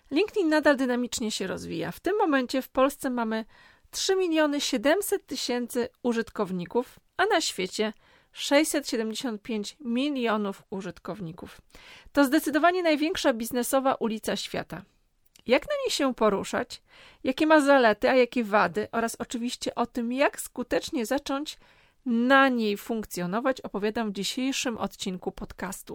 LinkedIn nadal dynamicznie się rozwija. W tym momencie w Polsce mamy 3 700 000 użytkowników, a na świecie 675 milionów użytkowników. To zdecydowanie największa biznesowa ulica świata. Jak na niej się poruszać, jakie ma zalety, a jakie wady oraz oczywiście o tym, jak skutecznie zacząć na niej funkcjonować, opowiadam w dzisiejszym odcinku podcastu.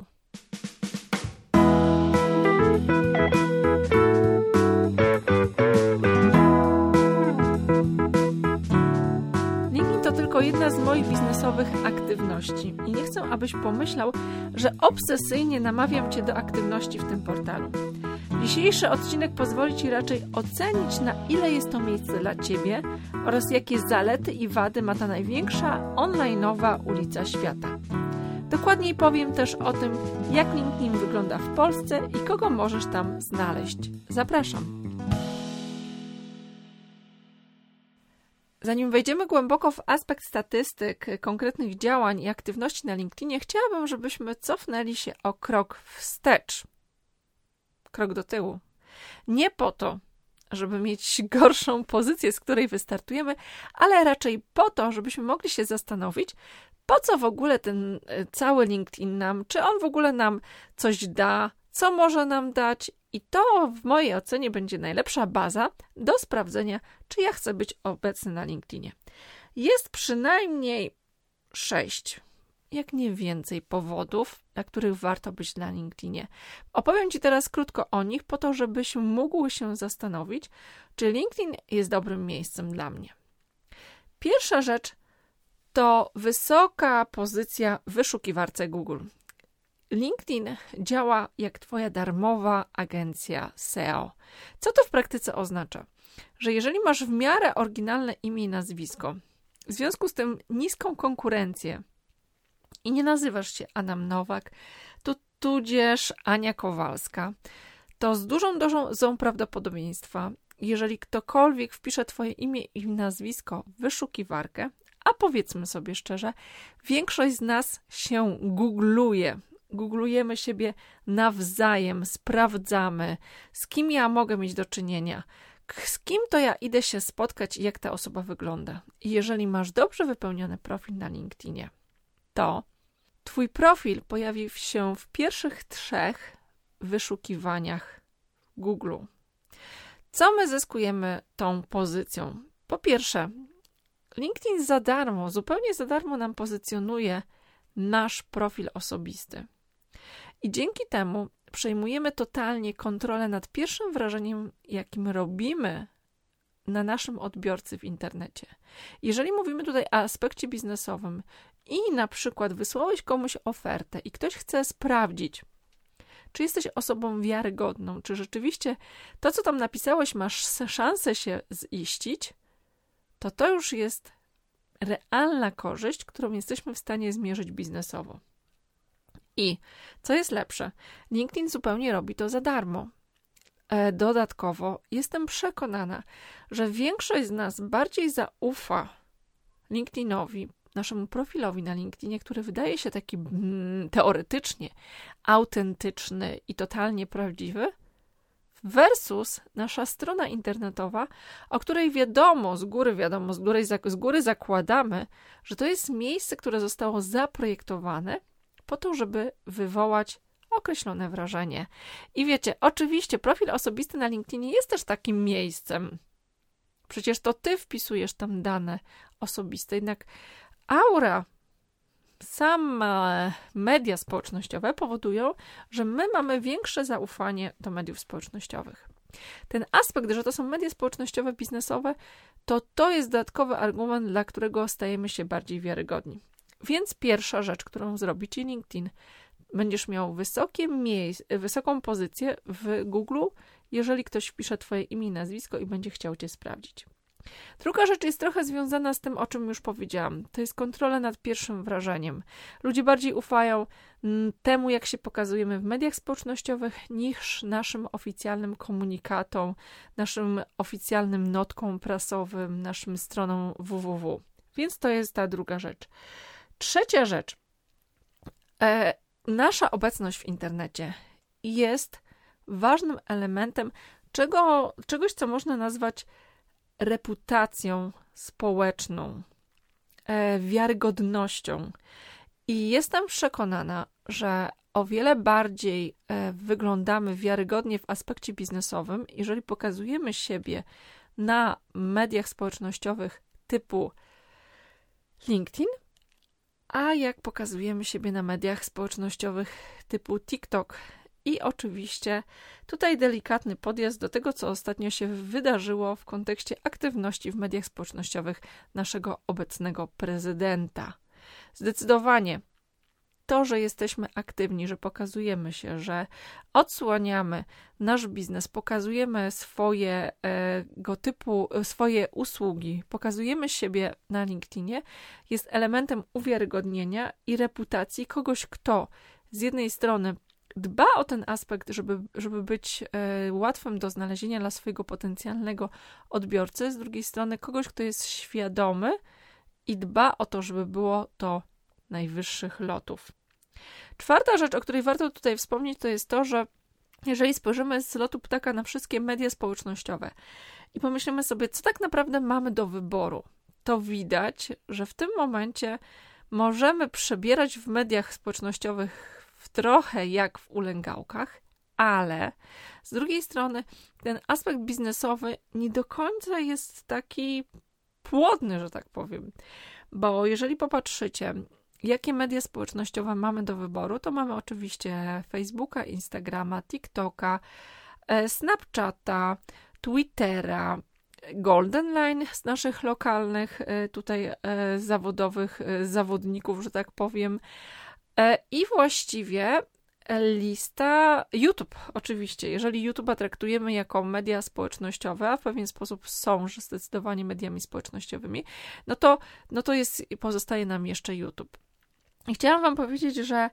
LinkedIn to tylko jedna z moich biznesowych aktywności i nie chcę, abyś pomyślał, że obsesyjnie namawiam Cię do aktywności w tym portalu. Dzisiejszy odcinek pozwoli Ci raczej ocenić, na ile jest to miejsce dla Ciebie oraz jakie zalety i wady ma ta największa online'owa ulica świata. Dokładniej powiem też o tym, jak LinkedIn wygląda w Polsce i kogo możesz tam znaleźć. Zapraszam. Zanim wejdziemy głęboko w aspekt statystyk, konkretnych działań i aktywności na LinkedInie, chciałabym, żebyśmy cofnęli się o krok wstecz. Krok do tyłu. Nie po to, żeby mieć gorszą pozycję, z której wystartujemy, ale raczej po to, żebyśmy mogli się zastanowić, po co w ogóle ten cały LinkedIn nam, czy on w ogóle nam coś da, co może nam dać i to w mojej ocenie będzie najlepsza baza do sprawdzenia, czy ja chcę być obecny na LinkedInie. Jest przynajmniej 6, jak nie więcej powodów, dla których warto być na LinkedInie. Opowiem Ci teraz krótko o nich, po to, żebyś mógł się zastanowić, czy LinkedIn jest dobrym miejscem dla mnie. Pierwsza rzecz to wysoka pozycja w wyszukiwarce Google. LinkedIn działa jak Twoja darmowa agencja SEO. Co to w praktyce oznacza? Że jeżeli masz w miarę oryginalne imię i nazwisko, w związku z tym niską konkurencję i nie nazywasz się Adam Nowak, tudzież Ania Kowalska, to z dużą dozą prawdopodobieństwa, jeżeli ktokolwiek wpisze Twoje imię i nazwisko w wyszukiwarkę, a powiedzmy sobie szczerze, większość z nas się googluje. Googlujemy siebie nawzajem, sprawdzamy, z kim ja mogę mieć do czynienia, z kim to ja idę się spotkać i jak ta osoba wygląda. I jeżeli masz dobrze wypełniony profil na LinkedInie, to Twój profil pojawi się w pierwszych 3 wyszukiwaniach Google. Co my zyskujemy tą pozycją? Po pierwsze, LinkedIn za darmo, zupełnie za darmo nam pozycjonuje nasz profil osobisty. I dzięki temu przejmujemy totalnie kontrolę nad pierwszym wrażeniem, jakim robimy na naszym odbiorcy w internecie. Jeżeli mówimy tutaj o aspekcie biznesowym i na przykład wysłałeś komuś ofertę i ktoś chce sprawdzić, czy jesteś osobą wiarygodną, czy rzeczywiście to, co tam napisałeś, masz szansę się ziścić, to już jest realna korzyść, którą jesteśmy w stanie zmierzyć biznesowo. I co jest lepsze, LinkedIn zupełnie robi to za darmo. Dodatkowo jestem przekonana, że większość z nas bardziej zaufa LinkedInowi, naszemu profilowi na LinkedInie, który wydaje się taki teoretycznie autentyczny i totalnie prawdziwy, versus nasza strona internetowa, o której z góry zakładamy, że to jest miejsce, które zostało zaprojektowane po to, żeby wywołać określone wrażenie. I wiecie, oczywiście profil osobisty na LinkedInie jest też takim miejscem. Przecież to ty wpisujesz tam dane osobiste, jednak aura, same media społecznościowe powodują, że my mamy większe zaufanie do mediów społecznościowych. Ten aspekt, że to są media społecznościowe, biznesowe, to jest dodatkowy argument, dla którego stajemy się bardziej wiarygodni. Więc pierwsza rzecz, którą zrobi Ci LinkedIn, będziesz miał wysoką pozycję w Google, jeżeli ktoś wpisze Twoje imię i nazwisko i będzie chciał Cię sprawdzić. Druga rzecz jest trochę związana z tym, o czym już powiedziałam. To jest kontrola nad pierwszym wrażeniem. Ludzie bardziej ufają temu, jak się pokazujemy w mediach społecznościowych, niż naszym oficjalnym komunikatom, naszym oficjalnym notkom prasowym, naszym stronom www. Więc to jest ta druga rzecz. Trzecia rzecz. Nasza obecność w internecie jest ważnym elementem, czegoś, co można nazwać reputacją społeczną, wiarygodnością. I jestem przekonana, że o wiele bardziej wyglądamy wiarygodnie w aspekcie biznesowym, jeżeli pokazujemy siebie na mediach społecznościowych typu LinkedIn, a jak pokazujemy siebie na mediach społecznościowych typu TikTok. I oczywiście tutaj delikatny podjazd do tego, co ostatnio się wydarzyło w kontekście aktywności w mediach społecznościowych naszego obecnego prezydenta. Zdecydowanie to, że jesteśmy aktywni, że pokazujemy się, że odsłaniamy nasz biznes, pokazujemy swoje usługi, pokazujemy siebie na LinkedInie, jest elementem uwiarygodnienia i reputacji kogoś, kto z jednej strony dba o ten aspekt, żeby być łatwym do znalezienia dla swojego potencjalnego odbiorcy, z drugiej strony kogoś, kto jest świadomy i dba o to, żeby było to najwyższych lotów. Czwarta rzecz, o której warto tutaj wspomnieć, to jest to, że jeżeli spojrzymy z lotu ptaka na wszystkie media społecznościowe i pomyślimy sobie, co tak naprawdę mamy do wyboru, to widać, że w tym momencie możemy przebierać w mediach społecznościowych trochę jak w ulęgałkach, ale z drugiej strony ten aspekt biznesowy nie do końca jest taki płodny, że tak powiem, bo jeżeli popatrzycie, jakie media społecznościowe mamy do wyboru, to mamy oczywiście Facebooka, Instagrama, TikToka, Snapchata, Twittera, Golden Line z naszych lokalnych tutaj zawodowych zawodników, że tak powiem, i właściwie lista YouTube, oczywiście. Jeżeli YouTube'a traktujemy jako media społecznościowe, a w pewien sposób są że zdecydowanie mediami społecznościowymi, no to pozostaje nam jeszcze YouTube. I chciałam wam powiedzieć, że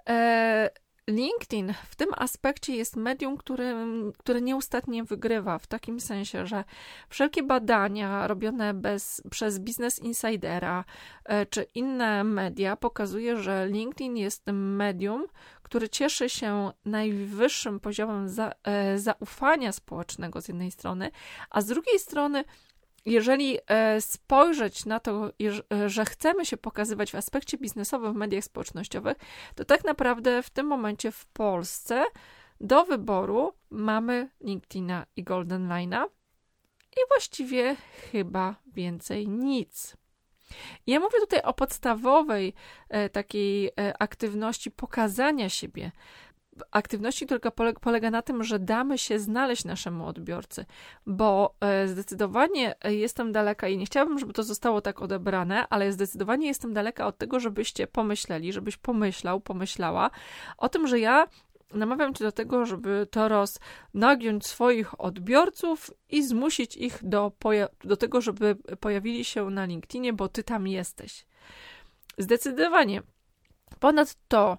LinkedIn w tym aspekcie jest medium, które nieustannie wygrywa, w takim sensie, że wszelkie badania robione przez Business Insidera czy inne media pokazuje, że LinkedIn jest medium, który cieszy się najwyższym poziomem zaufania społecznego z jednej strony, a z drugiej strony jeżeli spojrzeć na to, że chcemy się pokazywać w aspekcie biznesowym w mediach społecznościowych, to tak naprawdę w tym momencie w Polsce do wyboru mamy LinkedIna i Golden Line'a i właściwie chyba więcej nic. Ja mówię tutaj o podstawowej takiej aktywności pokazania siebie, aktywności, która polega na tym, że damy się znaleźć naszemu odbiorcy, bo zdecydowanie jestem daleka i nie chciałabym, żeby to zostało tak odebrane, ale zdecydowanie jestem daleka od tego, żebyście pomyśleli, żebyś pomyślała o tym, że ja namawiam cię do tego, żeby teraz nagiąć swoich odbiorców i zmusić ich do tego, żeby pojawili się na LinkedInie, bo ty tam jesteś. Zdecydowanie. Ponadto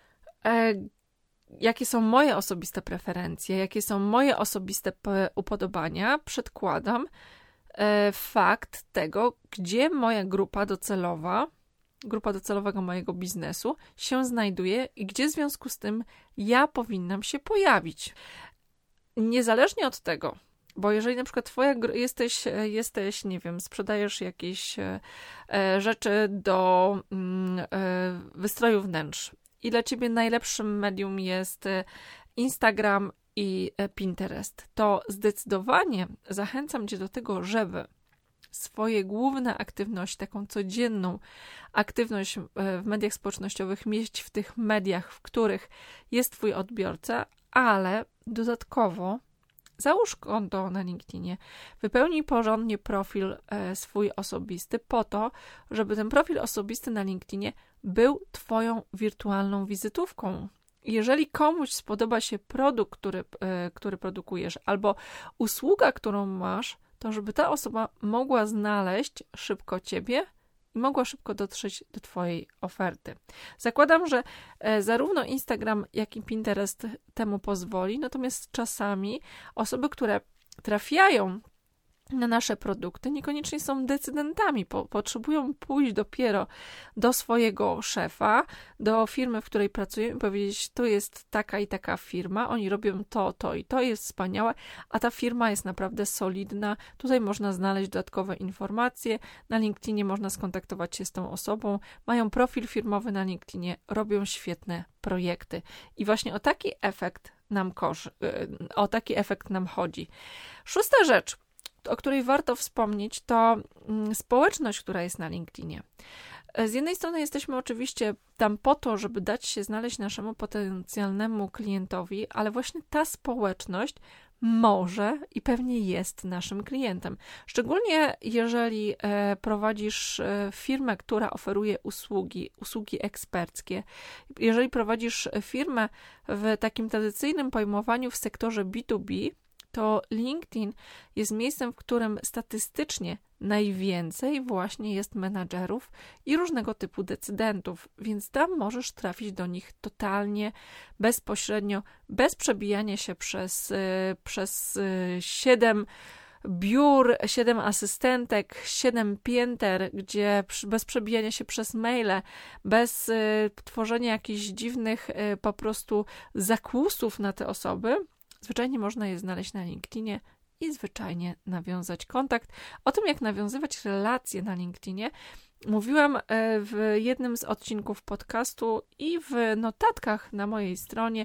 jakie są moje osobiste preferencje, jakie są moje osobiste upodobania, przedkładam fakt tego, gdzie moja grupa docelowego mojego biznesu się znajduje i gdzie w związku z tym ja powinnam się pojawić. Niezależnie od tego, bo jeżeli na przykład jesteś, nie wiem, sprzedajesz jakieś rzeczy do wystroju wnętrz, i dla ciebie najlepszym medium jest Instagram i Pinterest, to zdecydowanie zachęcam cię do tego, żeby swoje główne aktywności, taką codzienną aktywność w mediach społecznościowych mieć w tych mediach, w których jest twój odbiorca, ale dodatkowo załóż konto na LinkedInie, wypełnij porządnie profil swój osobisty po to, żeby ten profil osobisty na LinkedInie był twoją wirtualną wizytówką. Jeżeli komuś spodoba się produkt, który produkujesz, albo usługa, którą masz, to żeby ta osoba mogła znaleźć szybko ciebie i mogła szybko dotrzeć do twojej oferty. Zakładam, że zarówno Instagram, jak i Pinterest temu pozwoli, natomiast czasami osoby, które trafiają na nasze produkty, niekoniecznie są decydentami, potrzebują pójść dopiero do swojego szefa, do firmy, w której pracują i powiedzieć, to jest taka i taka firma, oni robią to i to, jest wspaniałe, a ta firma jest naprawdę solidna, tutaj można znaleźć dodatkowe informacje, na LinkedInie można skontaktować się z tą osobą, mają profil firmowy na LinkedInie, robią świetne projekty i właśnie o taki efekt nam chodzi. Szósta rzecz, o której warto wspomnieć, to społeczność, która jest na LinkedInie. Z jednej strony jesteśmy oczywiście tam po to, żeby dać się znaleźć naszemu potencjalnemu klientowi, ale właśnie ta społeczność może i pewnie jest naszym klientem. Szczególnie jeżeli prowadzisz firmę, która oferuje usługi eksperckie. Jeżeli prowadzisz firmę w takim tradycyjnym pojmowaniu w sektorze B2B, to LinkedIn jest miejscem, w którym statystycznie najwięcej właśnie jest menadżerów i różnego typu decydentów, więc tam możesz trafić do nich totalnie, bezpośrednio, bez przebijania się przez 7 biur, 7 asystentek, 7 pięter, gdzie bez przebijania się przez maile, bez tworzenia jakichś dziwnych po prostu zakłusów na te osoby. Zwyczajnie można je znaleźć na LinkedInie i zwyczajnie nawiązać kontakt. O tym, jak nawiązywać relacje na LinkedInie, mówiłam w jednym z odcinków podcastu i w notatkach na mojej stronie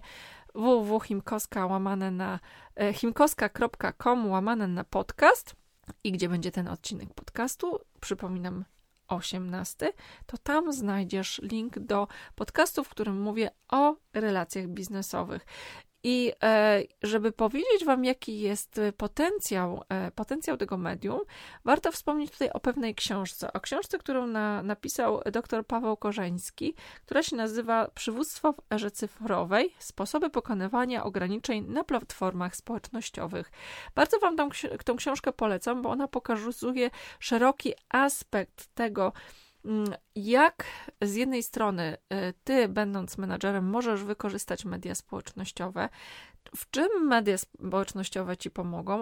www.himkoska.com/podcast i gdzie będzie ten odcinek podcastu, przypominam 18, to tam znajdziesz link do podcastu, w którym mówię o relacjach biznesowych. I żeby powiedzieć wam, jaki jest potencjał tego medium, warto wspomnieć tutaj o pewnej książce. O książce, którą napisał dr Paweł Korzeński, która się nazywa Przywództwo w erze cyfrowej. Sposoby pokonywania ograniczeń na platformach społecznościowych. Bardzo wam tą książkę polecam, bo ona pokazuje szeroki aspekt tego, jak z jednej strony ty, będąc menadżerem, możesz wykorzystać media społecznościowe, w czym media społecznościowe ci pomogą.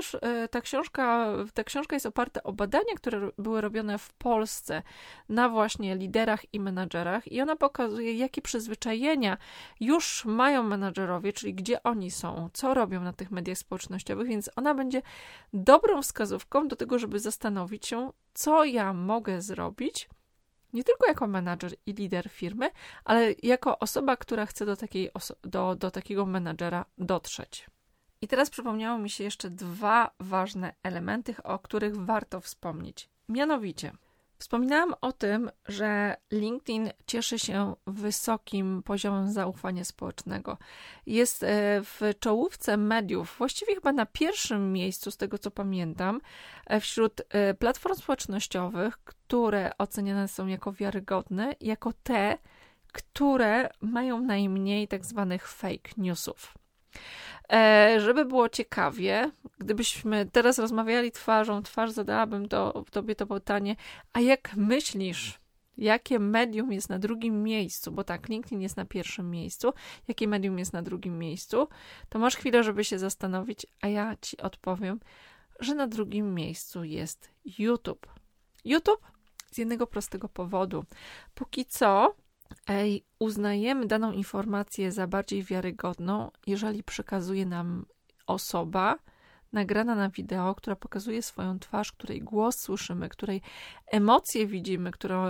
Ta książka jest oparta o badania, które były robione w Polsce na właśnie liderach i menadżerach i ona pokazuje, jakie przyzwyczajenia już mają menadżerowie, czyli gdzie oni są, co robią na tych mediach społecznościowych, więc ona będzie dobrą wskazówką do tego, żeby zastanowić się, co ja mogę zrobić, nie tylko jako menadżer i lider firmy, ale jako osoba, która chce do takiego menadżera dotrzeć. I teraz przypomniało mi się jeszcze 2 ważne elementy, o których warto wspomnieć. Mianowicie, wspominałam o tym, że LinkedIn cieszy się wysokim poziomem zaufania społecznego. Jest w czołówce mediów, właściwie chyba na pierwszym miejscu, z tego co pamiętam, wśród platform społecznościowych, które oceniane są jako wiarygodne, jako te, które mają najmniej tak zwanych fake newsów. Żeby było ciekawie, gdybyśmy teraz rozmawiali twarzą w twarz, zadałabym tobie to pytanie, a jak myślisz, jakie medium jest na drugim miejscu, bo tak, LinkedIn jest na pierwszym miejscu, jakie medium jest na drugim miejscu, to masz chwilę, żeby się zastanowić, a ja ci odpowiem, że na drugim miejscu jest YouTube. YouTube z jednego prostego powodu. Póki co uznajemy daną informację za bardziej wiarygodną, jeżeli przekazuje nam osoba nagrana na wideo, która pokazuje swoją twarz, której głos słyszymy, której emocje widzimy,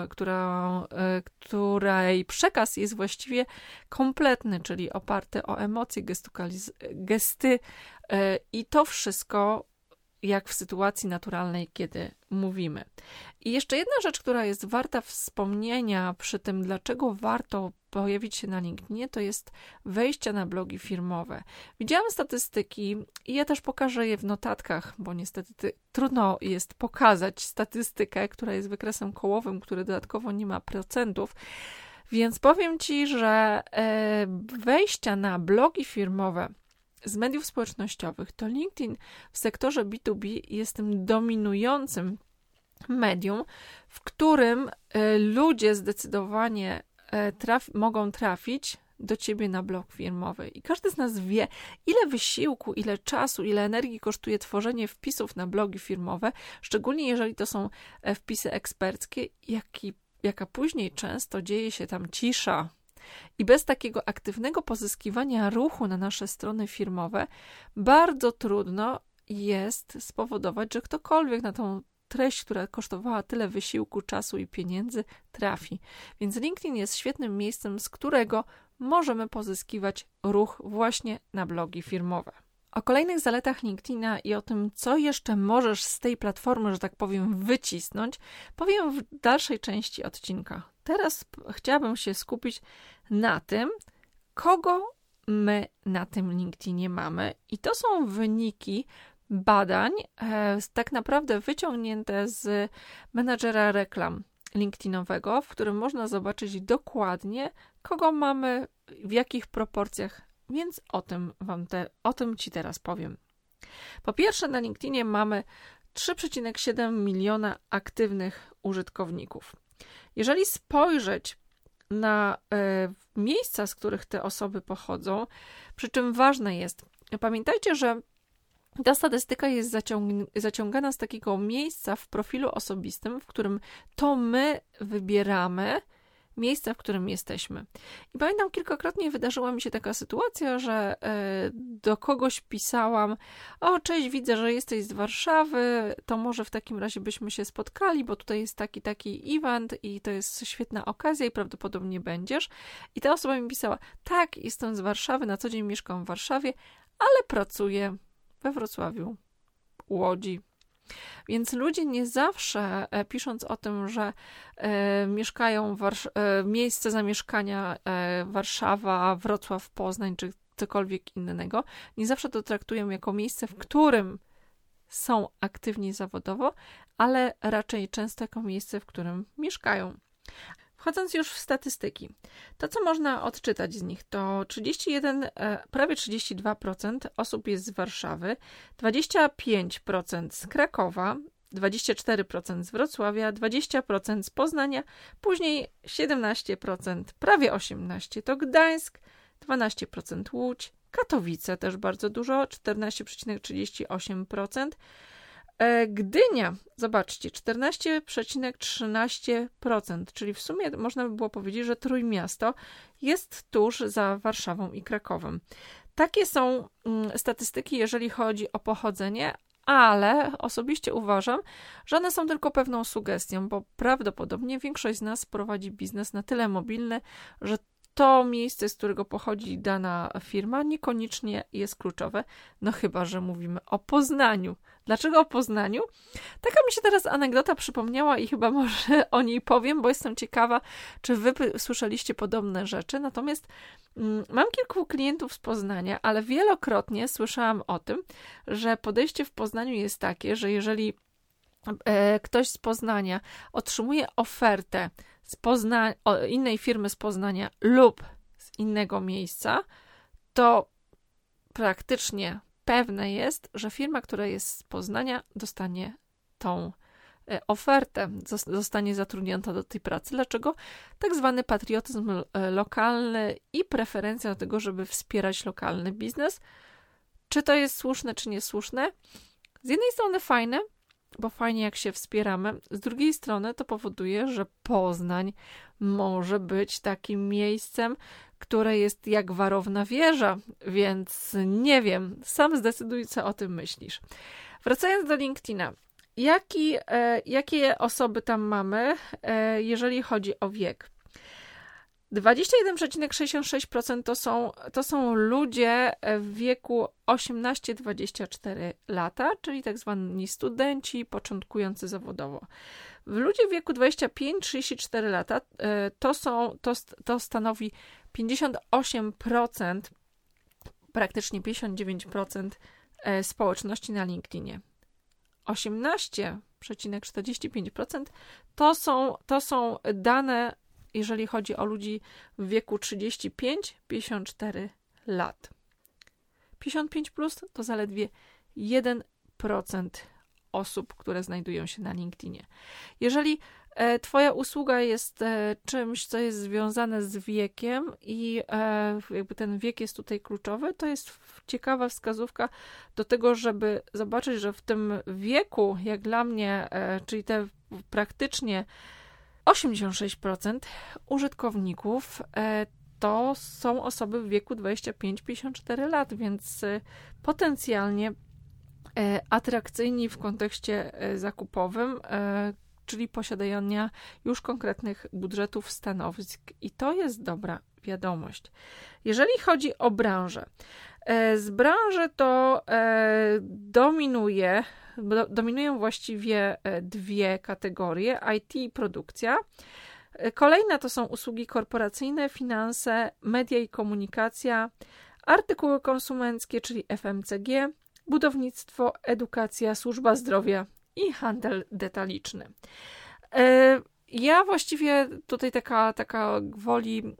której przekaz jest właściwie kompletny, czyli oparty o emocje, gesty i to wszystko jak w sytuacji naturalnej, kiedy mówimy. I jeszcze jedna rzecz, która jest warta wspomnienia przy tym, dlaczego warto pojawić się na LinkedInie, to jest wejście na blogi firmowe. Widziałam statystyki i ja też pokażę je w notatkach, bo niestety trudno jest pokazać statystykę, która jest wykresem kołowym, który dodatkowo nie ma procentów, więc powiem ci, że wejścia na blogi firmowe z mediów społecznościowych, to LinkedIn w sektorze B2B jest tym dominującym medium, w którym ludzie zdecydowanie mogą trafić do ciebie na blog firmowy. I każdy z nas wie, ile wysiłku, ile czasu, ile energii kosztuje tworzenie wpisów na blogi firmowe, szczególnie jeżeli to są wpisy eksperckie, jaka później często dzieje się tam cisza. I bez takiego aktywnego pozyskiwania ruchu na nasze strony firmowe bardzo trudno jest spowodować, że ktokolwiek na tą treść, która kosztowała tyle wysiłku, czasu i pieniędzy, trafi. Więc LinkedIn jest świetnym miejscem, z którego możemy pozyskiwać ruch właśnie na blogi firmowe. O kolejnych zaletach LinkedIna i o tym, co jeszcze możesz z tej platformy, że tak powiem, wycisnąć, powiem w dalszej części odcinka. Teraz chciałabym się skupić na tym, kogo my na tym LinkedInie mamy. I to są wyniki badań, tak naprawdę wyciągnięte z menadżera reklam LinkedInowego, w którym można zobaczyć dokładnie, kogo mamy, w jakich proporcjach, więc o tym Ci teraz powiem. Po pierwsze, na LinkedInie mamy 3,7 miliona aktywnych użytkowników. Jeżeli spojrzeć na miejsca, z których te osoby pochodzą, przy czym ważne jest, pamiętajcie, że ta statystyka jest zaciągana z takiego miejsca w profilu osobistym, w którym to my wybieramy miejsce, w którym jesteśmy. I pamiętam, kilkakrotnie wydarzyła mi się taka sytuacja, że do kogoś pisałam: o, cześć, widzę, że jesteś z Warszawy, to może w takim razie byśmy się spotkali, bo tutaj jest taki event i to jest świetna okazja i prawdopodobnie będziesz. I ta osoba mi pisała: tak, jestem z Warszawy, na co dzień mieszkam w Warszawie, ale pracuję we Wrocławiu, Łodzi. Więc ludzie nie zawsze, pisząc o tym, że mieszkają miejsce zamieszkania Warszawa, Wrocław, Poznań czy cokolwiek innego, nie zawsze to traktują jako miejsce, w którym są aktywni zawodowo, ale raczej często jako miejsce, w którym mieszkają. Wchodząc już w statystyki, to co można odczytać z nich, to prawie 32% osób jest z Warszawy, 25% z Krakowa, 24% z Wrocławia, 20% z Poznania, później 17%, prawie 18% to Gdańsk, 12% Łódź, Katowice też bardzo dużo, 14,38%. Gdynia, zobaczcie, 14,13%, czyli w sumie można by było powiedzieć, że Trójmiasto jest tuż za Warszawą i Krakowem. Takie są statystyki, jeżeli chodzi o pochodzenie, ale osobiście uważam, że one są tylko pewną sugestią, bo prawdopodobnie większość z nas prowadzi biznes na tyle mobilny, że to miejsce, z którego pochodzi dana firma, niekoniecznie jest kluczowe, no chyba że mówimy o Poznaniu. Dlaczego o Poznaniu? Taka mi się teraz anegdota przypomniała i chyba może o niej powiem, bo jestem ciekawa, czy wy słyszeliście podobne rzeczy. Natomiast mam kilku klientów z Poznania, ale wielokrotnie słyszałam o tym, że podejście w Poznaniu jest takie, że jeżeli ktoś z Poznania otrzymuje ofertę innej firmy z Poznania lub z innego miejsca, to praktycznie pewne jest, że firma, która jest z Poznania, dostanie tą ofertę, zostanie zatrudniona do tej pracy. Dlaczego? Tak zwany patriotyzm lokalny i preferencja do tego, żeby wspierać lokalny biznes. Czy to jest słuszne, czy niesłuszne? Z jednej strony fajne, bo fajnie jak się wspieramy. Z drugiej strony to powoduje, że Poznań może być takim miejscem, które jest jak warowna wieża, więc nie wiem, sam zdecyduj, co o tym myślisz. Wracając do LinkedIna, jakie osoby tam mamy, jeżeli chodzi o wiek? 21,66% to są ludzie w wieku 18-24 lata, czyli tak zwani studenci początkujący zawodowo. Ludzie w wieku 25-34 lata to stanowi 58%, praktycznie 59% społeczności na LinkedInie. 18,45% to są dane, jeżeli chodzi o ludzi w wieku 35-54 lat. 55 plus to zaledwie 1% osób, które znajdują się na LinkedInie. Jeżeli Twoja usługa jest czymś, co jest związane z wiekiem i jakby ten wiek jest tutaj kluczowy, to jest ciekawa wskazówka do tego, żeby zobaczyć, że w tym wieku, jak dla mnie, czyli te praktycznie 86% użytkowników, to są osoby w wieku 25-54 lat, więc potencjalnie atrakcyjni w kontekście zakupowym, czyli posiadania już konkretnych budżetów, stanowisk. I to jest dobra wiadomość. Jeżeli chodzi o branżę, z branży to dominują właściwie dwie kategorie: IT i produkcja. Kolejna to są usługi korporacyjne, finanse, media i komunikacja, artykuły konsumenckie, czyli FMCG, budownictwo, edukacja, służba zdrowia i handel detaliczny. Ja właściwie tutaj taka woli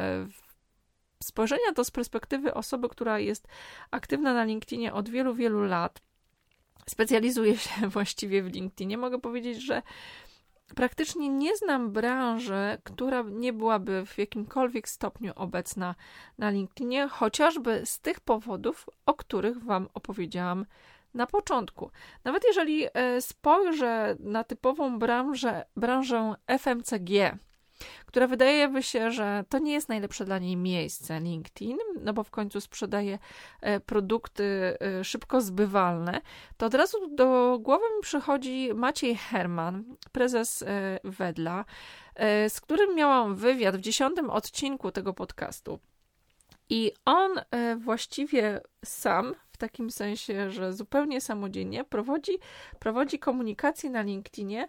spojrzenia to z perspektywy osoby, która jest aktywna na LinkedInie od wielu, wielu lat. Specjalizuje się właściwie w LinkedInie. Mogę powiedzieć, że praktycznie nie znam branży, która nie byłaby w jakimkolwiek stopniu obecna na LinkedInie, chociażby z tych powodów, o których Wam opowiedziałam na początku. Nawet jeżeli spojrzę na typową branżę FMCG, która wydaje by się, że to nie jest najlepsze dla niej miejsce, LinkedIn, no bo w końcu sprzedaje produkty szybko zbywalne, to od razu do głowy mi przychodzi Maciej Herman, prezes Wedla, z którym miałam wywiad w 10. odcinku tego podcastu. I on właściwie sam, w takim sensie, że zupełnie samodzielnie prowadzi komunikację na LinkedInie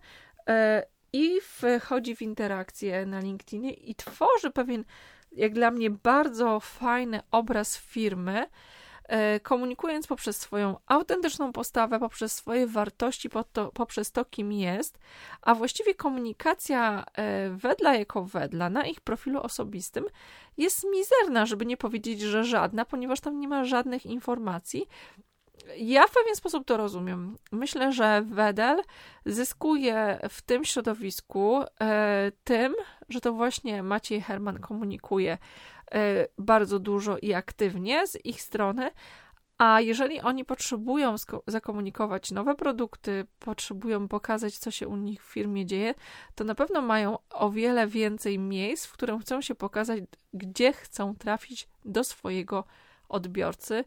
i wchodzi w interakcję na LinkedInie i tworzy pewien, jak dla mnie, bardzo fajny obraz firmy, komunikując poprzez swoją autentyczną postawę, poprzez swoje wartości, poprzez to, kim jest, a właściwie komunikacja Wedla jako Wedla na ich profilu osobistym jest mizerna, żeby nie powiedzieć, że żadna, ponieważ tam nie ma żadnych informacji. Ja w pewien sposób to rozumiem. Myślę, że Wedel zyskuje w tym środowisku tym, że to właśnie Maciej Herman komunikuje bardzo dużo i aktywnie z ich strony, a jeżeli oni potrzebują zakomunikować nowe produkty, potrzebują pokazać, co się u nich w firmie dzieje, to na pewno mają o wiele więcej miejsc, w którym chcą się pokazać, gdzie chcą trafić do swojego odbiorcy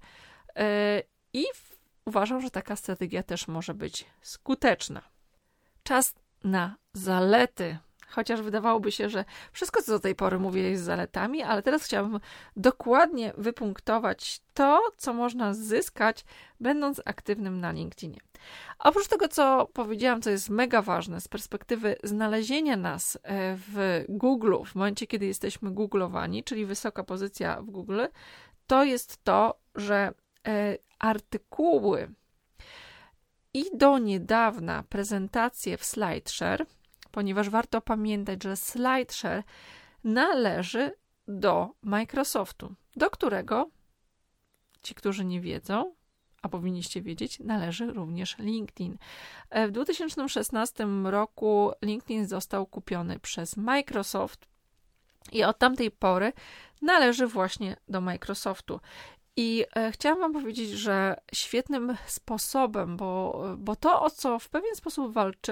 i uważam, że taka strategia też może być skuteczna. Czas na zalety. Chociaż wydawałoby się, że wszystko, co do tej pory mówię, jest zaletami, ale teraz chciałabym dokładnie wypunktować to, co można zyskać, będąc aktywnym na LinkedInie. Oprócz tego, co powiedziałam, co jest mega ważne z perspektywy znalezienia nas w Google, w momencie, kiedy jesteśmy googlowani, czyli wysoka pozycja w Google, to jest to, że artykuły i do niedawna prezentacje w SlideShare, ponieważ warto pamiętać, że SlideShare należy do Microsoftu, do którego ci, którzy nie wiedzą, a powinniście wiedzieć, należy również LinkedIn. W 2016 roku LinkedIn został kupiony przez Microsoft i od tamtej pory należy właśnie do Microsoftu. I chciałam Wam powiedzieć, że świetnym sposobem, bo to, o co w pewien sposób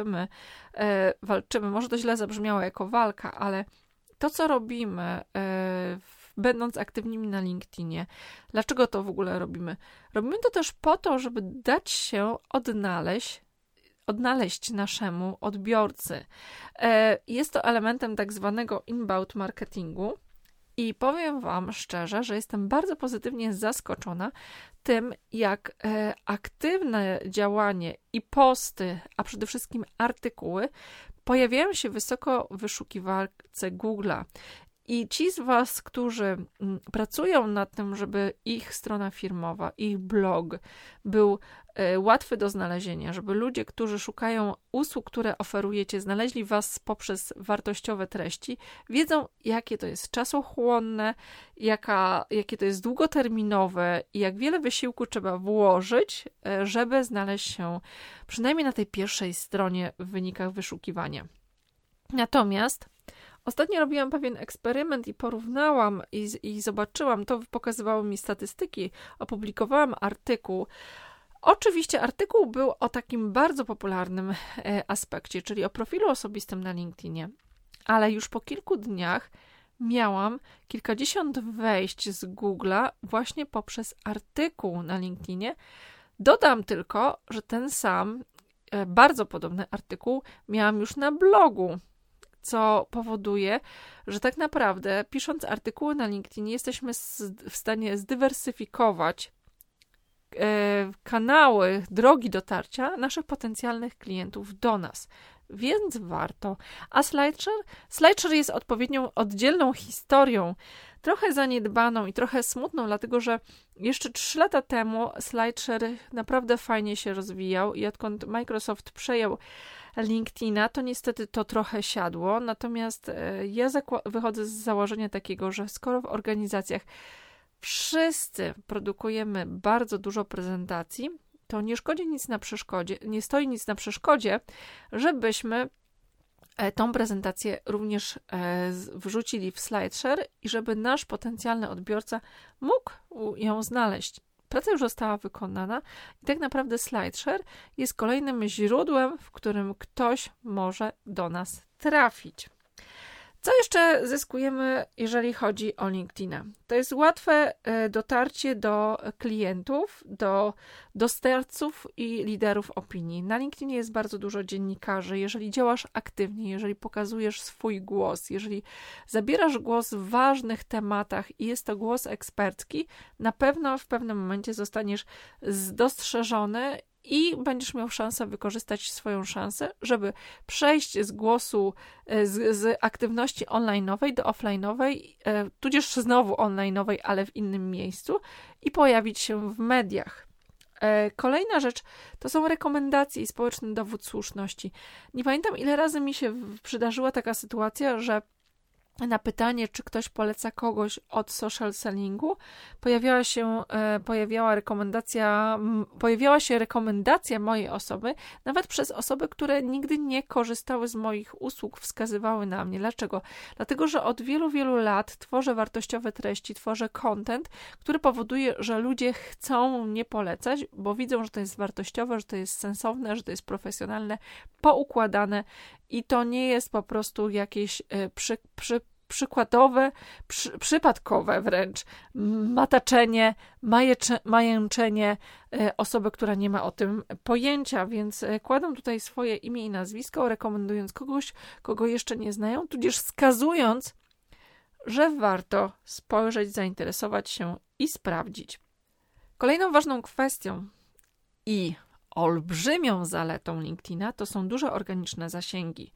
walczymy, może to źle zabrzmiało jako walka, ale to, co robimy, będąc aktywnymi na LinkedInie, dlaczego to w ogóle robimy? Robimy to też po to, żeby dać się odnaleźć naszemu odbiorcy. Jest to elementem tak zwanego inbound marketingu. I powiem Wam szczerze, że jestem bardzo pozytywnie zaskoczona tym, jak aktywne działanie i posty, a przede wszystkim artykuły pojawiają się wysoko w wyszukiwarce Google'a. I ci z Was, którzy pracują nad tym, żeby ich strona firmowa, ich blog był łatwy do znalezienia, żeby ludzie, którzy szukają usług, które oferujecie, znaleźli Was poprzez wartościowe treści, wiedzą, jakie to jest czasochłonne, jakie to jest długoterminowe i jak wiele wysiłku trzeba włożyć, żeby znaleźć się przynajmniej na tej pierwszej stronie w wynikach wyszukiwania. Natomiast ostatnio robiłam pewien eksperyment i porównałam i zobaczyłam, to pokazywały mi statystyki, opublikowałam artykuł. Oczywiście artykuł był o takim bardzo popularnym aspekcie, czyli o profilu osobistym na LinkedInie, ale już po kilku dniach miałam kilkadziesiąt wejść z Google'a właśnie poprzez artykuł na LinkedInie. Dodam tylko, że ten sam, bardzo podobny artykuł miałam już na blogu, co powoduje, że tak naprawdę pisząc artykuły na LinkedInie jesteśmy w stanie zdywersyfikować kanały, drogi dotarcia naszych potencjalnych klientów do nas. Więc warto. A SlideShare jest odpowiednią, oddzielną historią, trochę zaniedbaną i trochę smutną, dlatego że jeszcze 3 lata temu SlideShare naprawdę fajnie się rozwijał i odkąd Microsoft przejął LinkedIna, to niestety to trochę siadło. Natomiast ja wychodzę z założenia takiego, że skoro w organizacjach wszyscy produkujemy bardzo dużo prezentacji, to nie szkodzi nic na przeszkodzie, nie stoi nic na przeszkodzie, żebyśmy tą prezentację również wrzucili w SlideShare i żeby nasz potencjalny odbiorca mógł ją znaleźć. Praca już została wykonana i tak naprawdę SlideShare jest kolejnym źródłem, w którym ktoś może do nas trafić. Co jeszcze zyskujemy, jeżeli chodzi o LinkedIna? To jest łatwe dotarcie do klientów, do dostawców i liderów opinii. Na LinkedInie jest bardzo dużo dziennikarzy. Jeżeli działasz aktywnie, jeżeli pokazujesz swój głos, jeżeli zabierasz głos w ważnych tematach i jest to głos ekspercki, na pewno w pewnym momencie zostaniesz dostrzeżony i będziesz miał szansę wykorzystać swoją szansę, żeby przejść z głosu, z aktywności online'owej do offline'owej, tudzież znowu online'owej, ale w innym miejscu i pojawić się w mediach. Kolejna rzecz to są rekomendacje i społeczny dowód słuszności. Nie pamiętam, ile razy mi się przydarzyła taka sytuacja, że na pytanie, czy ktoś poleca kogoś od social sellingu, pojawiała się rekomendacja mojej osoby, nawet przez osoby, które nigdy nie korzystały z moich usług, wskazywały na mnie. Dlaczego? Dlatego, że od wielu, wielu lat tworzę wartościowe treści, tworzę content, który powoduje, że ludzie chcą mnie polecać, bo widzą, że to jest wartościowe, że to jest sensowne, że to jest profesjonalne, poukładane i to nie jest po prostu jakieś przykładowe, przypadkowe wręcz mataczenie, majęczenie osoby, która nie ma o tym pojęcia, więc kładę tutaj swoje imię i nazwisko, rekomendując kogoś, kogo jeszcze nie znają, tudzież wskazując, że warto spojrzeć, zainteresować się i sprawdzić. Kolejną ważną kwestią i olbrzymią zaletą LinkedIna to są duże organiczne zasięgi.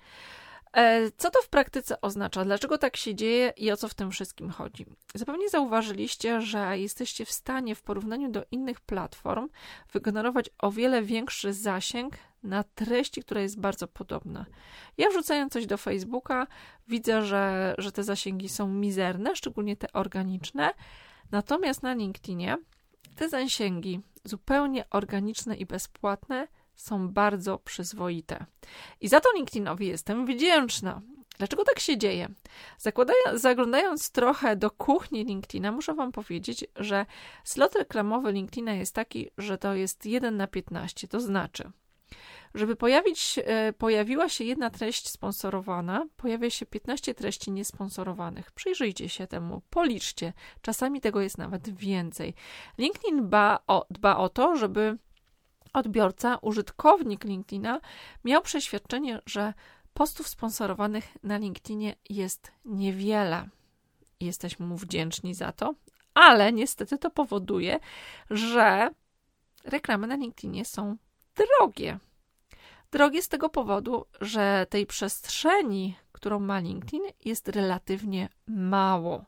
Co to w praktyce oznacza? Dlaczego tak się dzieje i o co w tym wszystkim chodzi? Zapewne zauważyliście, że jesteście w stanie w porównaniu do innych platform wygenerować o wiele większy zasięg na treści, która jest bardzo podobna. Ja wrzucając coś do Facebooka widzę, że te zasięgi są mizerne, szczególnie te organiczne, natomiast na LinkedInie te zasięgi zupełnie organiczne i bezpłatne są bardzo przyzwoite. I za to LinkedInowi jestem wdzięczna. Dlaczego tak się dzieje? Zaglądając trochę do kuchni LinkedIna, muszę Wam powiedzieć, że slot reklamowy LinkedIna jest taki, że to jest 1/15. To znaczy, żeby pojawiła się jedna treść sponsorowana, pojawia się 15 treści niesponsorowanych. Przyjrzyjcie się temu, policzcie. Czasami tego jest nawet więcej. LinkedIn dba o to, żeby odbiorca, użytkownik LinkedIna miał przeświadczenie, że postów sponsorowanych na LinkedInie jest niewiele. Jesteśmy mu wdzięczni za to, ale niestety to powoduje, że reklamy na LinkedInie są drogie. Drogie z tego powodu, że tej przestrzeni, którą ma LinkedIn, jest relatywnie mało.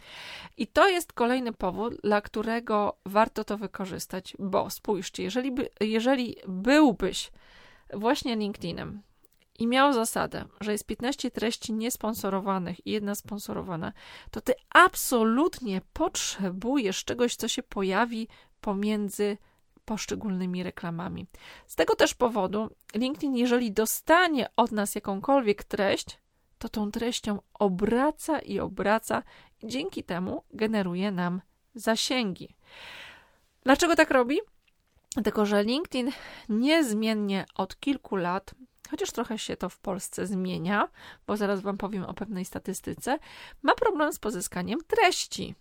I to jest kolejny powód, dla którego warto to wykorzystać, bo spójrzcie, jeżeli byłbyś właśnie LinkedInem i miał zasadę, że jest 15 treści niesponsorowanych i jedna sponsorowana, to ty absolutnie potrzebujesz czegoś, co się pojawi pomiędzy poszczególnymi reklamami. Z tego też powodu LinkedIn, jeżeli dostanie od nas jakąkolwiek treść, to tą treścią obraca i obraca i dzięki temu generuje nam zasięgi. Dlaczego tak robi? Dlatego, że LinkedIn niezmiennie od kilku lat, chociaż trochę się to w Polsce zmienia, bo zaraz Wam powiem o pewnej statystyce, ma problem z pozyskaniem treści.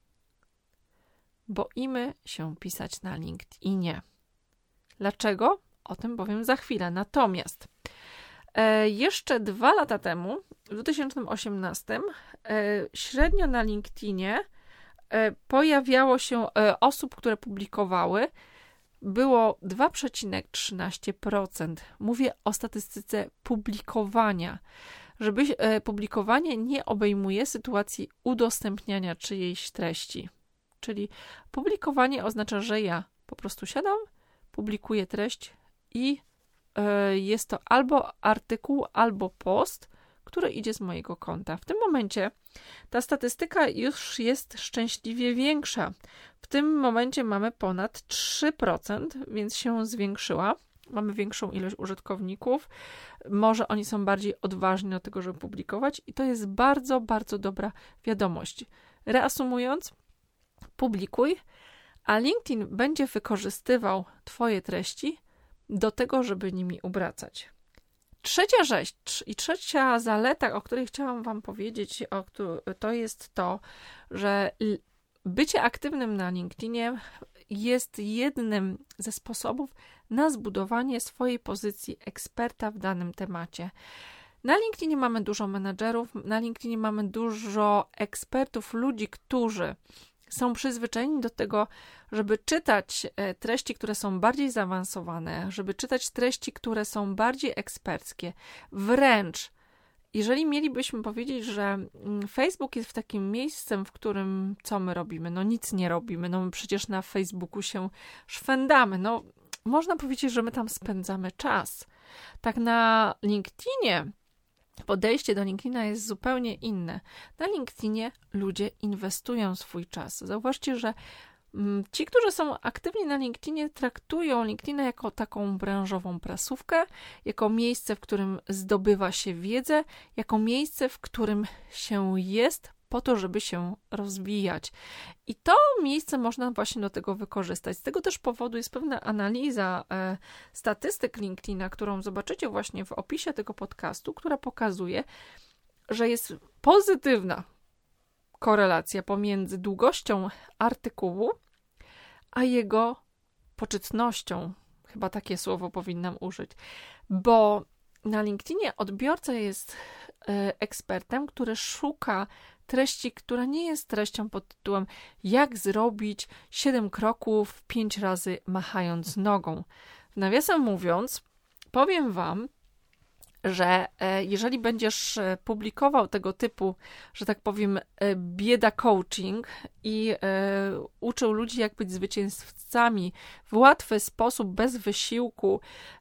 Boimy się pisać na LinkedInie. Dlaczego? O tym powiem za chwilę. Natomiast jeszcze 2 lata temu, w 2018, średnio na LinkedInie pojawiało się osób, które publikowały, było 2,13%. Mówię o statystyce publikowania. Publikowanie nie obejmuje sytuacji udostępniania czyjejś treści. Czyli publikowanie oznacza, że ja po prostu siadam, publikuję treść i jest to albo artykuł, albo post, który idzie z mojego konta. W tym momencie ta statystyka już jest szczęśliwie większa. W tym momencie mamy ponad 3%, więc się zwiększyła. Mamy większą ilość użytkowników. Może oni są bardziej odważni do tego, żeby publikować i to jest bardzo, bardzo dobra wiadomość. Reasumując, publikuj, a LinkedIn będzie wykorzystywał Twoje treści do tego, żeby nimi obracać. Trzecia rzecz i trzecia zaleta, o której chciałam Wam powiedzieć, to jest to, że bycie aktywnym na LinkedInie jest jednym ze sposobów na zbudowanie swojej pozycji eksperta w danym temacie. Na LinkedInie mamy dużo menadżerów, na LinkedInie mamy dużo ekspertów, ludzi, którzy są przyzwyczajeni do tego, żeby czytać treści, które są bardziej zaawansowane, żeby czytać treści, które są bardziej eksperckie. Wręcz, jeżeli mielibyśmy powiedzieć, że Facebook jest w takim miejscem, w którym co my robimy? No nic nie robimy, no my przecież na Facebooku się szwendamy. No można powiedzieć, że my tam spędzamy czas. Tak na LinkedInie podejście do LinkedIna jest zupełnie inne. Na LinkedInie ludzie inwestują swój czas. Zauważcie, że ci, którzy są aktywni na LinkedInie, traktują LinkedIna jako taką branżową prasówkę, jako miejsce, w którym zdobywa się wiedzę, jako miejsce, w którym się jest po to, żeby się rozwijać. I to miejsce można właśnie do tego wykorzystać. Z tego też powodu jest pewna analiza statystyk LinkedIna, którą zobaczycie właśnie w opisie tego podcastu, która pokazuje, że jest pozytywna korelacja pomiędzy długością artykułu, a jego poczytnością. Chyba takie słowo powinnam użyć. Bo na LinkedInie odbiorca jest ekspertem, który szuka treści, która nie jest treścią pod tytułem jak zrobić 7 kroków 5 razy machając nogą. Nawiasem mówiąc, powiem Wam, że jeżeli będziesz publikował tego typu, że tak powiem, bieda coaching i uczył ludzi, jak być zwycięzcami w łatwy sposób, bez wysiłku,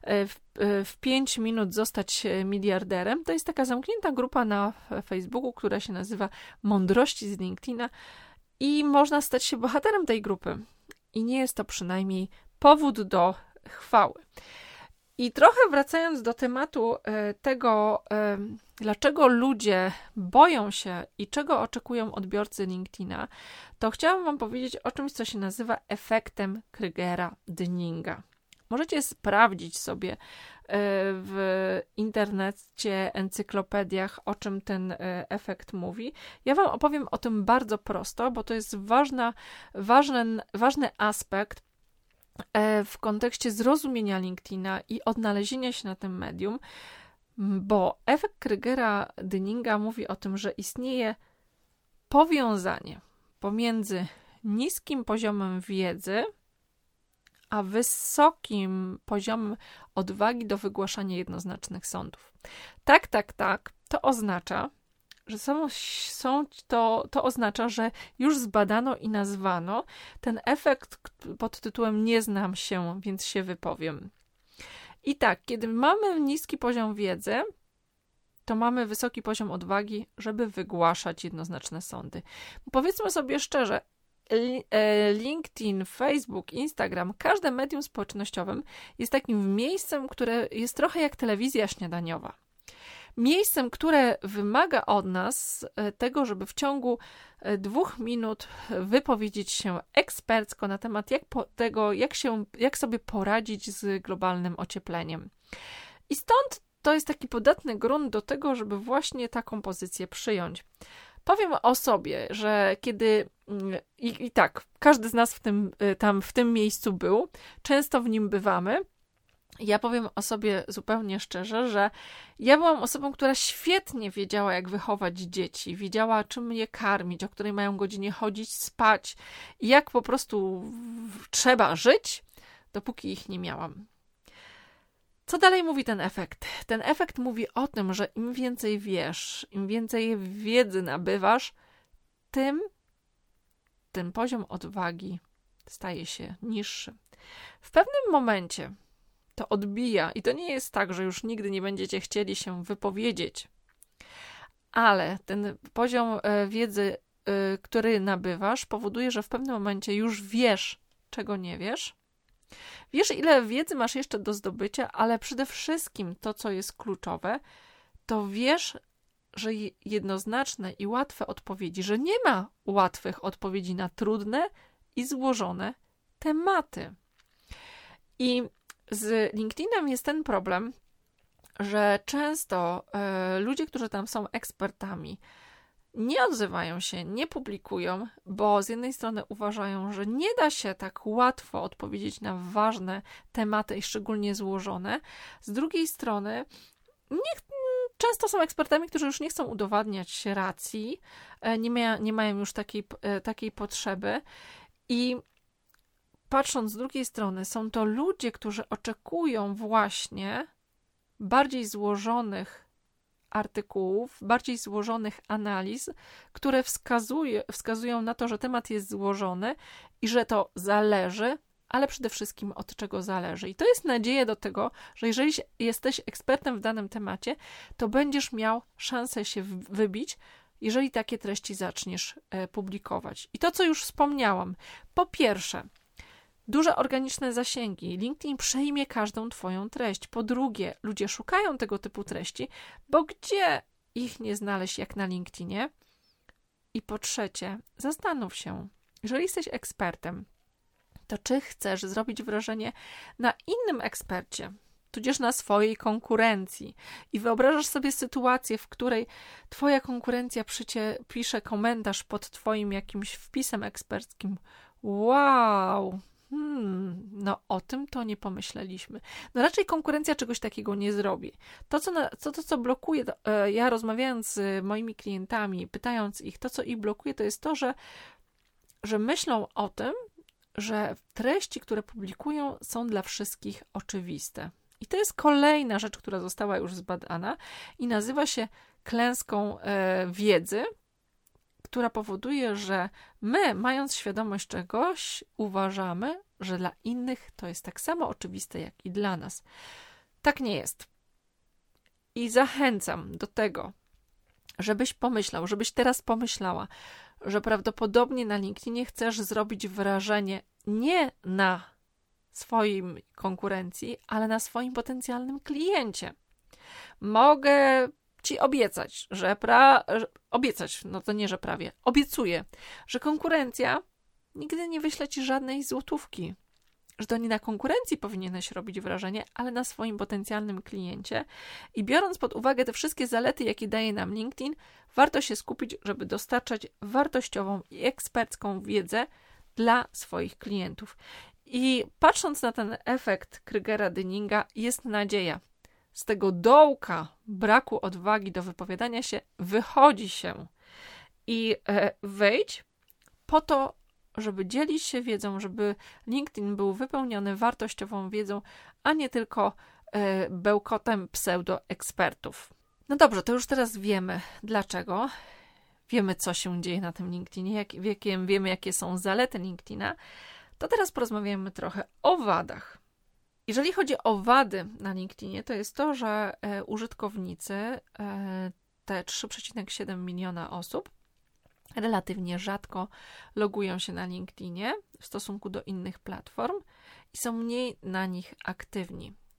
w 5 minut zostać miliarderem, to jest taka zamknięta grupa na Facebooku, która się nazywa Mądrości z LinkedIna i można stać się bohaterem tej grupy. I nie jest to przynajmniej powód do chwały. I trochę wracając do tematu tego, dlaczego ludzie boją się i czego oczekują odbiorcy LinkedIna, to chciałam Wam powiedzieć o czymś, co się nazywa efektem Krugera-Dynninga. Możecie sprawdzić sobie w internecie, encyklopediach, o czym ten efekt mówi. Ja Wam opowiem o tym bardzo prosto, bo to jest ważny aspekt w kontekście zrozumienia LinkedIna i odnalezienia się na tym medium, bo efekt Krugera-Dynninga mówi o tym, że istnieje powiązanie pomiędzy niskim poziomem wiedzy a wysokim poziomem odwagi do wygłaszania jednoznacznych sądów. Tak, to oznacza, że to oznacza, że już zbadano i nazwano ten efekt pod tytułem nie znam się, więc się wypowiem. I tak, kiedy mamy niski poziom wiedzy, to mamy wysoki poziom odwagi, żeby wygłaszać jednoznaczne sądy. Powiedzmy sobie szczerze, LinkedIn, Facebook, Instagram, każde medium społecznościowym jest takim miejscem, które jest trochę jak telewizja śniadaniowa. miejscem, które wymaga od nas tego, żeby w ciągu 2 minut wypowiedzieć się ekspercko na temat tego, jak sobie poradzić z globalnym ociepleniem. I stąd to jest taki podatny grunt do tego, żeby właśnie taką pozycję przyjąć. Powiem o sobie, że kiedy i tak, każdy z nas w tym miejscu był, często w nim bywamy. Ja powiem o sobie zupełnie szczerze, że ja byłam osobą, która świetnie wiedziała, jak wychować dzieci, wiedziała, czym je karmić, o której mają godzinie chodzić spać i jak po prostu trzeba żyć, dopóki ich nie miałam. Co dalej mówi ten efekt? Ten efekt mówi o tym, że im więcej wiesz, im więcej wiedzy nabywasz, tym ten poziom odwagi staje się niższy. W pewnym momencie to odbija i to nie jest tak, że już nigdy nie będziecie chcieli się wypowiedzieć, ale ten poziom wiedzy, który nabywasz, powoduje, że w pewnym momencie już wiesz, czego nie wiesz. Wiesz, ile wiedzy masz jeszcze do zdobycia, ale przede wszystkim to, co jest kluczowe, to wiesz, że jednoznaczne i łatwe odpowiedzi, że nie ma łatwych odpowiedzi na trudne i złożone tematy. I z LinkedInem jest ten problem, że często ludzie, którzy tam są ekspertami, nie odzywają się, nie publikują, bo z jednej strony uważają, że nie da się tak łatwo odpowiedzieć na ważne tematy i szczególnie złożone. Z drugiej strony często są ekspertami, którzy już nie chcą udowadniać się racji, nie mają już takiej potrzeby i patrząc z drugiej strony, są to ludzie, którzy oczekują właśnie bardziej złożonych artykułów, bardziej złożonych analiz, które wskazują na to, że temat jest złożony i że to zależy, ale przede wszystkim od czego zależy. I to jest nadzieja do tego, że jeżeli jesteś ekspertem w danym temacie, to będziesz miał szansę się wybić, jeżeli takie treści zaczniesz publikować. I to, co już wspomniałam, po pierwsze, duże organiczne zasięgi. LinkedIn przejmie każdą twoją treść. Po drugie, ludzie szukają tego typu treści, bo gdzie ich nie znaleźć jak na LinkedInie? I po trzecie, zastanów się, jeżeli jesteś ekspertem, to czy chcesz zrobić wrażenie na innym ekspercie, tudzież na swojej konkurencji i wyobrażasz sobie sytuację, w której twoja konkurencja pisze komentarz pod twoim jakimś wpisem eksperckim. Wow! No o tym to nie pomyśleliśmy. No raczej konkurencja czegoś takiego nie zrobi. To, co blokuje, ja rozmawiając z moimi klientami, pytając ich, to, co ich blokuje, to jest to, że myślą o tym, że treści, które publikują, są dla wszystkich oczywiste. I to jest kolejna rzecz, która została już zbadana i nazywa się klęską wiedzy, która powoduje, że my, mając świadomość czegoś, uważamy, że dla innych to jest tak samo oczywiste, jak i dla nas. Tak nie jest. I zachęcam do tego, żebyś pomyślał, żebyś teraz pomyślała, że prawdopodobnie na LinkedInie chcesz zrobić wrażenie nie na swoim konkurencji, ale na swoim potencjalnym kliencie. Mogę ci obiecać, obiecuję, że konkurencja nigdy nie wyśle ci żadnej złotówki, że to nie na konkurencji powinieneś robić wrażenie, ale na swoim potencjalnym kliencie i biorąc pod uwagę te wszystkie zalety, jakie daje nam LinkedIn, warto się skupić, żeby dostarczać wartościową i ekspercką wiedzę dla swoich klientów. I patrząc na ten efekt Krugera-Dynninga, jest nadzieja. Z tego dołka braku odwagi do wypowiadania się wychodzi się i wejdź po to, żeby dzielić się wiedzą, żeby LinkedIn był wypełniony wartościową wiedzą, a nie tylko bełkotem pseudoekspertów. No dobrze, to już teraz wiemy dlaczego. Wiemy, co się dzieje na tym LinkedInie, wiemy, jakie są zalety LinkedIna. To teraz porozmawiamy trochę o wadach. Jeżeli chodzi o wady na LinkedInie, to jest to, że użytkownicy, te 3,7 miliona osób, relatywnie rzadko logują się na LinkedInie w stosunku do innych platform i są mniej na nich aktywni.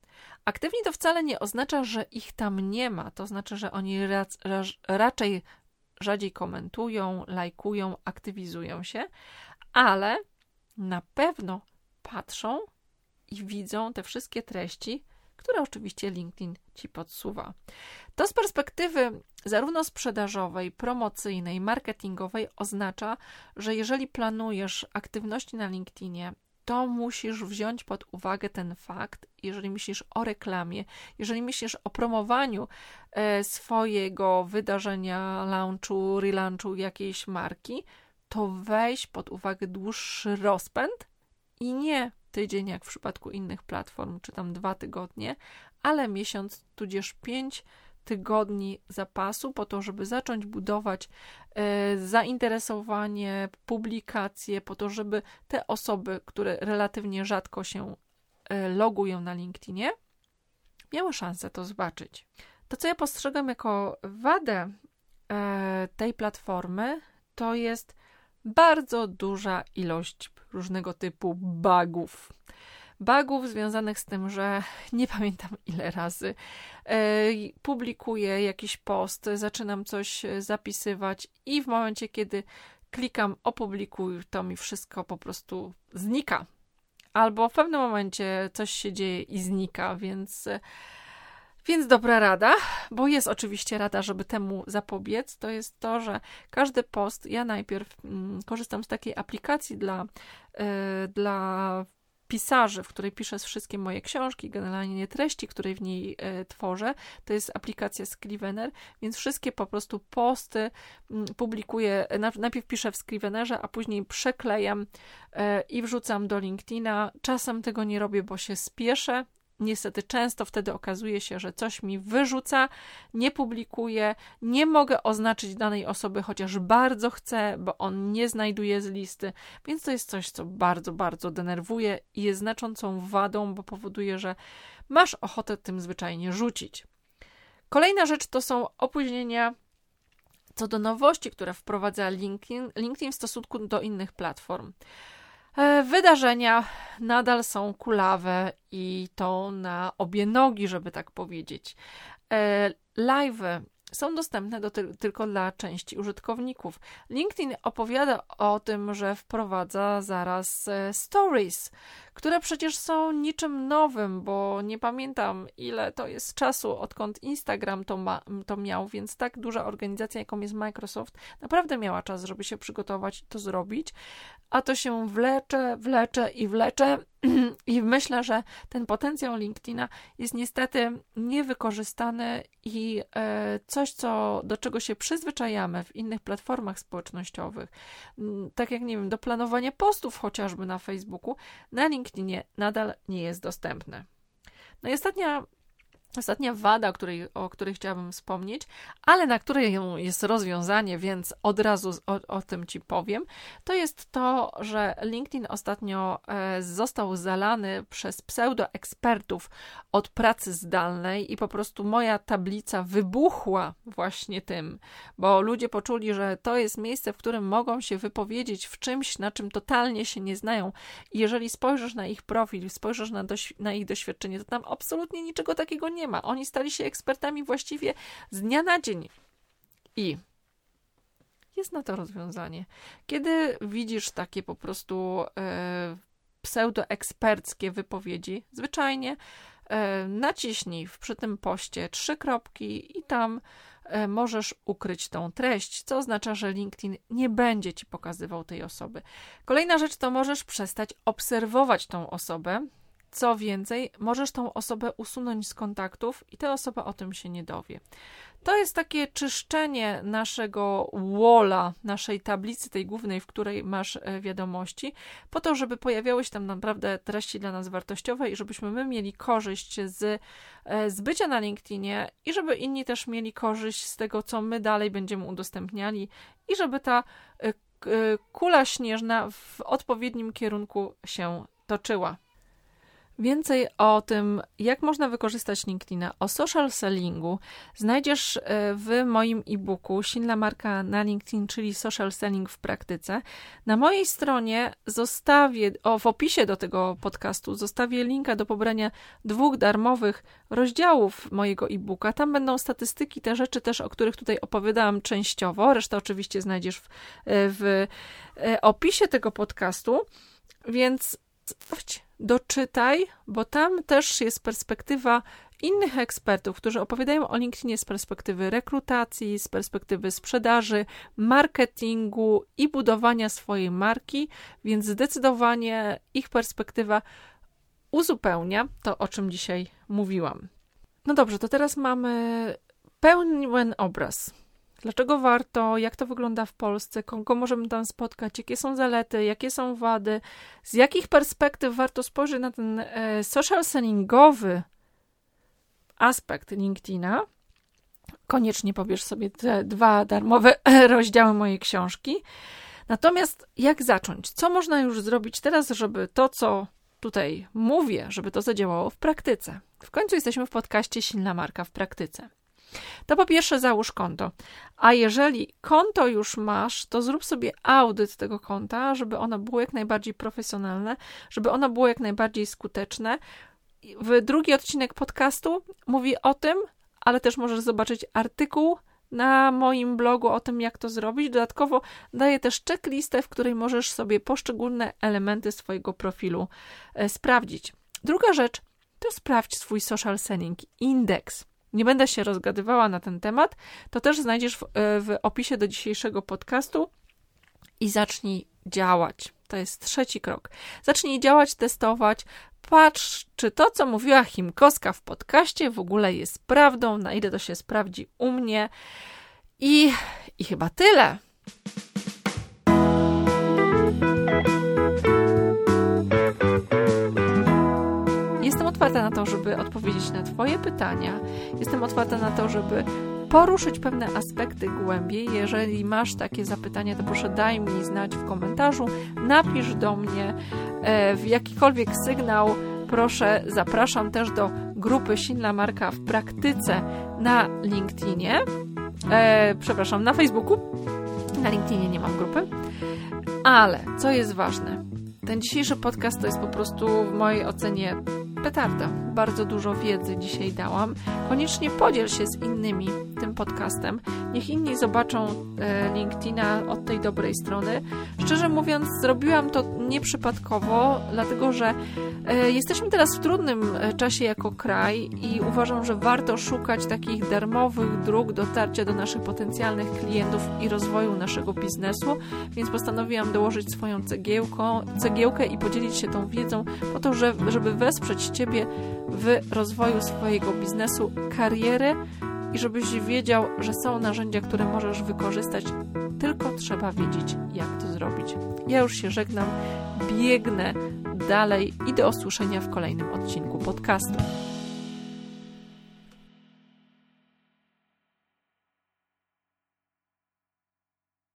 Aktywni to wcale nie oznacza, że ich tam nie ma. To znaczy, że oni raczej rzadziej komentują, lajkują, aktywizują się, ale na pewno patrzą i widzą te wszystkie treści, które oczywiście LinkedIn Ci podsuwa. To z perspektywy zarówno sprzedażowej, promocyjnej, marketingowej oznacza, że jeżeli planujesz aktywności na LinkedInie, to musisz wziąć pod uwagę ten fakt, jeżeli myślisz o reklamie, jeżeli myślisz o promowaniu swojego wydarzenia, launchu, relaunchu jakiejś marki, to weź pod uwagę dłuższy rozpęd i nie tydzień, jak w przypadku innych platform, czy tam 2 tygodnie, ale miesiąc, tudzież 5 tygodni zapasu po to, żeby zacząć budować zainteresowanie, publikacje, po to, żeby te osoby, które relatywnie rzadko się logują na LinkedInie, miały szansę to zobaczyć. To, co ja postrzegam jako wadę tej platformy, to jest bardzo duża ilość różnego typu bugów. Bugów związanych z tym, że nie pamiętam ile razy publikuję jakiś post, zaczynam coś zapisywać i w momencie, kiedy klikam opublikuj, to mi wszystko po prostu znika. Albo w pewnym momencie coś się dzieje i znika, więc dobra rada, bo jest oczywiście rada, żeby temu zapobiec, to jest to, że każdy post, ja najpierw korzystam z takiej aplikacji dla pisarzy, w której piszę wszystkie moje książki, generalnie treści, które w niej tworzę. To jest aplikacja Scrivener, więc wszystkie po prostu posty publikuję, najpierw piszę w Scrivenerze, a później przeklejam i wrzucam do LinkedIna. Czasem tego nie robię, bo się spieszę. Niestety często wtedy okazuje się, że coś mi wyrzuca, nie publikuję, nie mogę oznaczyć danej osoby, chociaż bardzo chcę, bo on nie znajduje z listy, więc to jest coś, co bardzo, bardzo denerwuje i jest znaczącą wadą, bo powoduje, że masz ochotę tym zwyczajnie rzucić. Kolejna rzecz to są opóźnienia co do nowości, które wprowadza LinkedIn w stosunku do innych platform. Wydarzenia nadal są kulawe i to na obie nogi, żeby tak powiedzieć. Live'y są dostępne tylko dla części użytkowników. LinkedIn opowiada o tym, że wprowadza zaraz stories, które przecież są niczym nowym, bo nie pamiętam, ile to jest czasu, odkąd Instagram to miał, więc tak duża organizacja, jaką jest Microsoft, naprawdę miała czas, żeby się przygotować i to zrobić, a to się wlecze i myślę, że ten potencjał LinkedIna jest niestety niewykorzystany i coś, do czego się przyzwyczajamy w innych platformach społecznościowych, tak jak, nie wiem, do planowania postów chociażby na Facebooku, na LinkedInie nadal nie jest dostępne. No i ostatnia wada, o której chciałabym wspomnieć, ale na której jest rozwiązanie, więc od razu o tym Ci powiem, to jest to, że LinkedIn ostatnio został zalany przez pseudoekspertów od pracy zdalnej i po prostu moja tablica wybuchła właśnie tym, bo ludzie poczuli, że to jest miejsce, w którym mogą się wypowiedzieć w czymś, na czym totalnie się nie znają. I jeżeli spojrzysz na ich profil, spojrzysz na ich doświadczenie, to tam absolutnie niczego takiego nie ma. Oni stali się ekspertami właściwie z dnia na dzień. I jest na to rozwiązanie. Kiedy widzisz takie po prostu pseudoeksperckie wypowiedzi, zwyczajnie naciśnij przy tym poście 3 kropki i tam możesz ukryć tą treść, co oznacza, że LinkedIn nie będzie Ci pokazywał tej osoby. Kolejna rzecz to możesz przestać obserwować tą osobę. Co więcej, możesz tą osobę usunąć z kontaktów i ta osoba o tym się nie dowie. To jest takie czyszczenie naszego walla, naszej tablicy tej głównej, w której masz wiadomości, po to, żeby pojawiały się tam naprawdę treści dla nas wartościowe i żebyśmy my mieli korzyść z bycia na LinkedInie i żeby inni też mieli korzyść z tego, co my dalej będziemy udostępniali i żeby ta kula śnieżna w odpowiednim kierunku się toczyła. Więcej o tym, jak można wykorzystać LinkedIna, o social sellingu znajdziesz w moim e-booku Silna marka na LinkedIn, czyli Social Selling w praktyce. Na mojej stronie w opisie do tego podcastu zostawię linka do pobrania 2 darmowych rozdziałów mojego e-booka. Tam będą statystyki, te rzeczy też, o których tutaj opowiadałam częściowo. Resztę oczywiście znajdziesz w opisie tego podcastu, więc doczytaj, bo tam też jest perspektywa innych ekspertów, którzy opowiadają o LinkedInie z perspektywy rekrutacji, z perspektywy sprzedaży, marketingu i budowania swojej marki, więc zdecydowanie ich perspektywa uzupełnia to, o czym dzisiaj mówiłam. No dobrze, to teraz mamy pełen obraz. Dlaczego warto, jak to wygląda w Polsce, kogo możemy tam spotkać, jakie są zalety, jakie są wady, z jakich perspektyw warto spojrzeć na ten social sellingowy aspekt LinkedIna. Koniecznie pobierz sobie te 2 darmowe rozdziały mojej książki. Natomiast jak zacząć? Co można już zrobić teraz, żeby to, co tutaj mówię, żeby to zadziałało w praktyce? W końcu jesteśmy w podcaście Silna marka w praktyce. To po pierwsze załóż konto, a jeżeli konto już masz, to zrób sobie audyt tego konta, żeby ono było jak najbardziej profesjonalne, żeby ono było jak najbardziej skuteczne. Drugi odcinek podcastu mówi o tym, ale też możesz zobaczyć artykuł na moim blogu o tym, jak to zrobić. Dodatkowo daję też checklistę, w której możesz sobie poszczególne elementy swojego profilu sprawdzić. Druga rzecz to sprawdź swój social selling index. Nie będę się rozgadywała na ten temat, to też znajdziesz w opisie do dzisiejszego podcastu i zacznij działać. To jest 3. krok. Zacznij działać, testować, patrz, czy to, co mówiła Chimkowska w podcaście, w ogóle jest prawdą, na ile to się sprawdzi u mnie i chyba tyle. Jestem otwarta na to, żeby odpowiedzieć na Twoje pytania. Jestem otwarta na to, żeby poruszyć pewne aspekty głębiej. Jeżeli masz takie zapytania, to proszę daj mi znać w komentarzu. Napisz do mnie w jakikolwiek sygnał. Proszę, zapraszam też do grupy Silna marka w praktyce na LinkedInie. Na Facebooku. Na LinkedInie nie mam grupy. Ale co jest ważne? Ten dzisiejszy podcast to jest po prostu w mojej ocenie petarda. Bardzo dużo wiedzy dzisiaj dałam. Koniecznie podziel się z innymi tym podcastem. Niech inni zobaczą LinkedIna od tej dobrej strony. Szczerze mówiąc, zrobiłam to nieprzypadkowo, dlatego że jesteśmy teraz w trudnym czasie jako kraj i uważam, że warto szukać takich darmowych dróg dotarcia do naszych potencjalnych klientów i rozwoju naszego biznesu, więc postanowiłam dołożyć swoją cegiełkę i podzielić się tą wiedzą po to, żeby wesprzeć Ciebie w rozwoju swojego biznesu, kariery i żebyś wiedział, że są narzędzia, które możesz wykorzystać, tylko trzeba wiedzieć, jak to zrobić. Ja już się żegnam, biegnę dalej i do usłyszenia w kolejnym odcinku podcastu.